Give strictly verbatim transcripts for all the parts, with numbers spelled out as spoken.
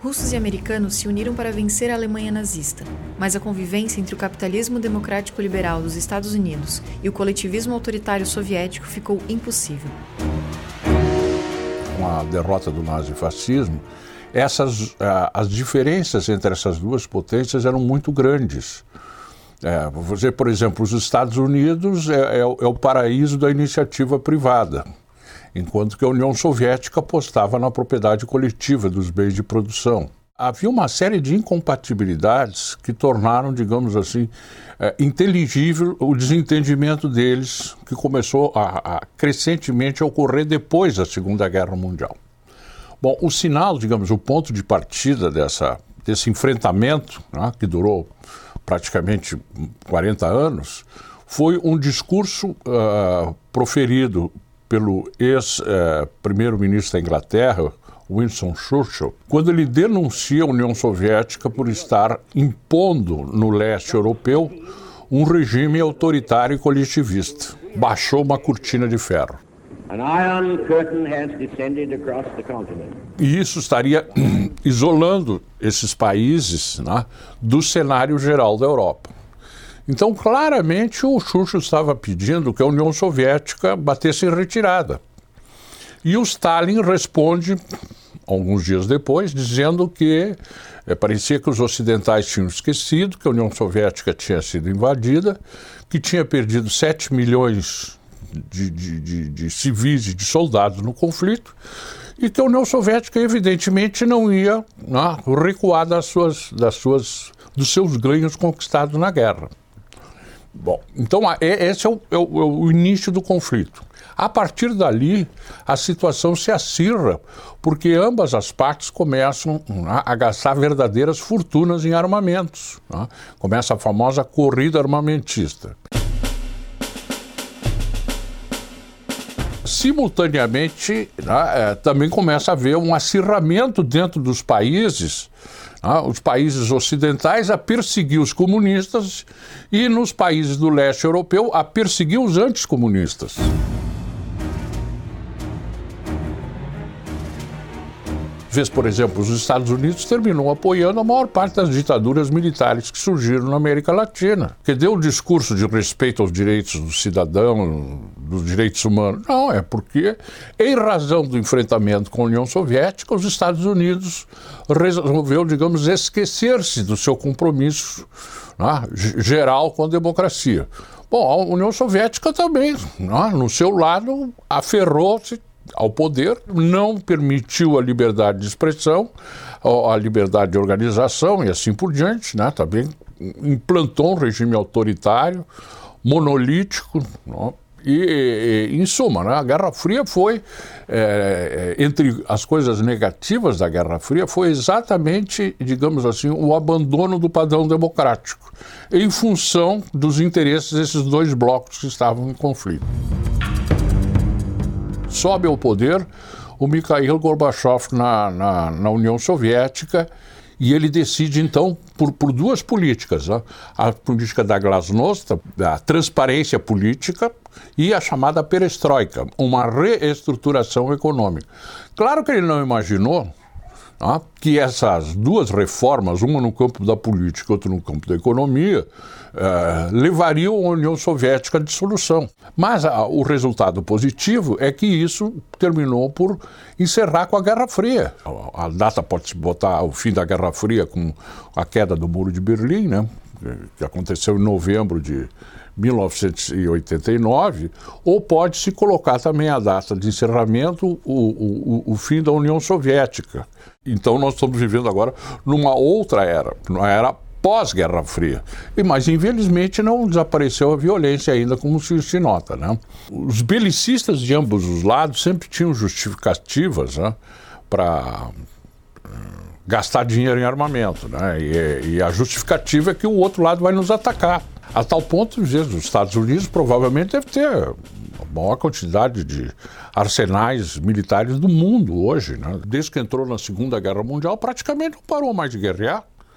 Russos e americanos se uniram para vencer a Alemanha nazista, mas a convivência entre o capitalismo democrático liberal dos Estados Unidos e o coletivismo autoritário soviético ficou impossível. Com a derrota do nazifascismo, essas, as diferenças entre essas duas potências eram muito grandes. É, vou dizer, por exemplo, os Estados Unidos é, é, é o paraíso da iniciativa privada, enquanto que a União Soviética apostava na propriedade coletiva dos bens de produção. Havia uma série de incompatibilidades que tornaram, digamos assim, é, inteligível o desentendimento deles, que começou a, a crescentemente a ocorrer depois da Segunda Guerra Mundial. Bom, o sinal, digamos, o ponto de partida dessa, desse enfrentamento, né, que durou praticamente quarenta anos, foi um discurso uh, proferido pelo ex-primeiro-ministro da Inglaterra, Winston Churchill, quando ele denuncia a União Soviética por estar impondo no leste europeu um regime autoritário e coletivista. Baixou uma cortina de ferro. An iron curtain has descended across the continent. E isso estaria isolando esses países, né, do cenário geral da Europa. Então, claramente, o Churchill estava pedindo que a União Soviética batesse em retirada. E o Stalin responde, alguns dias depois, dizendo que é, parecia que os ocidentais tinham esquecido que a União Soviética tinha sido invadida, que tinha perdido sete milhões de, de, de, de civis e de soldados no conflito, e que a União Soviética, evidentemente, não ia, né, recuar das suas, das suas, dos seus ganhos conquistados na guerra. Bom, então esse é o, é, o, é o início do conflito. A partir dali, a situação se acirra, porque ambas as partes começam, né, a gastar verdadeiras fortunas em armamentos, né? Começa a famosa corrida armamentista. Simultaneamente, né, é, também começa a haver um acirramento dentro dos países, né, os países ocidentais a perseguir os comunistas e nos países do leste europeu a perseguir os anticomunistas. Vês, por exemplo, os Estados Unidos terminou apoiando a maior parte das ditaduras militares que surgiram na América Latina, que deu um discurso de respeito aos direitos do cidadão, dos direitos humanos. Não, é porque, em razão do enfrentamento com a União Soviética, os Estados Unidos resolveu, digamos, esquecer-se do seu compromisso, né, geral com a democracia. Bom, a União Soviética também, né, no seu lado, aferrou-se ao poder, não permitiu a liberdade de expressão, a liberdade de organização e assim por diante, né? Também implantou um regime autoritário, monolítico, né? E, e, em suma, né? A Guerra Fria foi, é, entre as coisas negativas da Guerra Fria, foi exatamente, digamos assim, o abandono do padrão democrático, em função dos interesses desses dois blocos que estavam em conflito. Sobe ao poder o Mikhail Gorbachev na, na, na União Soviética e ele decide, então, por, por duas políticas, né? A política da glasnost, da transparência política, e a chamada perestroika, uma reestruturação econômica. Claro que ele não imaginou, né, que essas duas reformas, uma no campo da política e outra no campo da economia, eh, levariam a União Soviética à dissolução. Mas a, o resultado positivo é que isso terminou por encerrar com a Guerra Fria. A, a data pode-se botar o fim da Guerra Fria com a queda do Muro de Berlim, né, que aconteceu em novembro de mil novecentos e oitenta e nove, ou pode-se colocar também a data de encerramento, o, o, o fim da União Soviética. Então nós estamos vivendo agora numa outra era, numa era pós-Guerra Fria. E, mas infelizmente não desapareceu a violência ainda, como se, se nota, né? Os belicistas de ambos os lados sempre tinham justificativas, né, para gastar dinheiro em armamento, né? E, e a justificativa é que o outro lado vai nos atacar. A tal ponto, os Estados Unidos provavelmente deve ter a maior quantidade de arsenais militares do mundo hoje, né? Desde que entrou na Segunda Guerra Mundial, praticamente não parou mais de guerrear.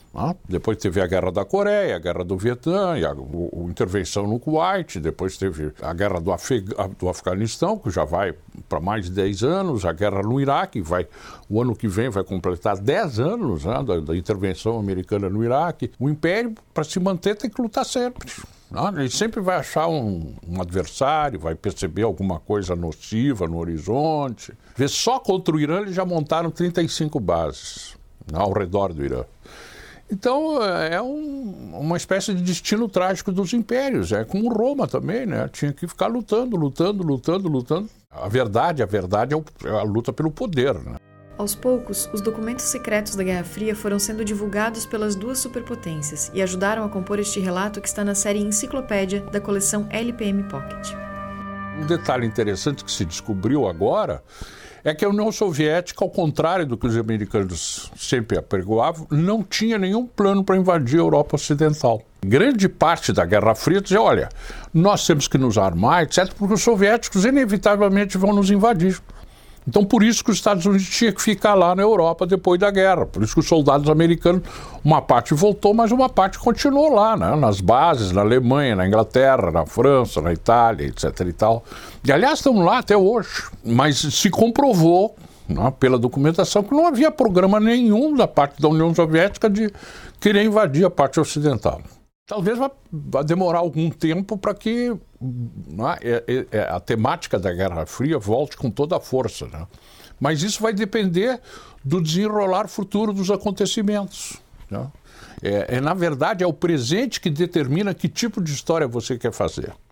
Né? Depois teve a Guerra da Coreia, a Guerra do Vietnã, e a, a, a intervenção no Kuwait, depois teve a Guerra do, Afeg... do Afeganistão, que já vai para mais de dez anos, a Guerra no Iraque, vai, o ano que vem vai completar dez anos, né, da, da intervenção americana no Iraque. O Império, para se manter, tem que lutar sempre. Né? Ele sempre vai achar um, um adversário, vai perceber alguma coisa nociva no horizonte. Vê, só contra o Irã eles já montaram trinta e cinco bases, né, ao redor do Irã. Então, é um, uma espécie de destino trágico dos impérios. É como Roma também, né? Tinha que ficar lutando, lutando, lutando, lutando. A verdade, a verdade é, o, é a luta pelo poder, né? Aos poucos, os documentos secretos da Guerra Fria foram sendo divulgados pelas duas superpotências e ajudaram a compor este relato que está na série Enciclopédia da coleção L P M Pocket. Um detalhe interessante que se descobriu agora é que a União Soviética, ao contrário do que os americanos sempre apregoavam, não tinha nenhum plano para invadir a Europa Ocidental. Grande parte da Guerra Fria dizia, olha, nós temos que nos armar, etcétera, porque os soviéticos inevitavelmente vão nos invadir. Então, por isso que os Estados Unidos tinham que ficar lá na Europa depois da guerra. Por isso que os soldados americanos, uma parte voltou, mas uma parte continuou lá, né? Nas bases, na Alemanha, na Inglaterra, na França, na Itália, etcétera e tal. E, aliás, estão lá até hoje. Mas se comprovou, né, pela documentação, que não havia programa nenhum da parte da União Soviética de querer invadir a parte ocidental. Talvez vá, vá demorar algum tempo para que, né, é, é, a temática da Guerra Fria volte com toda a força, né? Mas isso vai depender do desenrolar futuro dos acontecimentos, né? É, é, na verdade, é o presente que determina que tipo de história você quer fazer.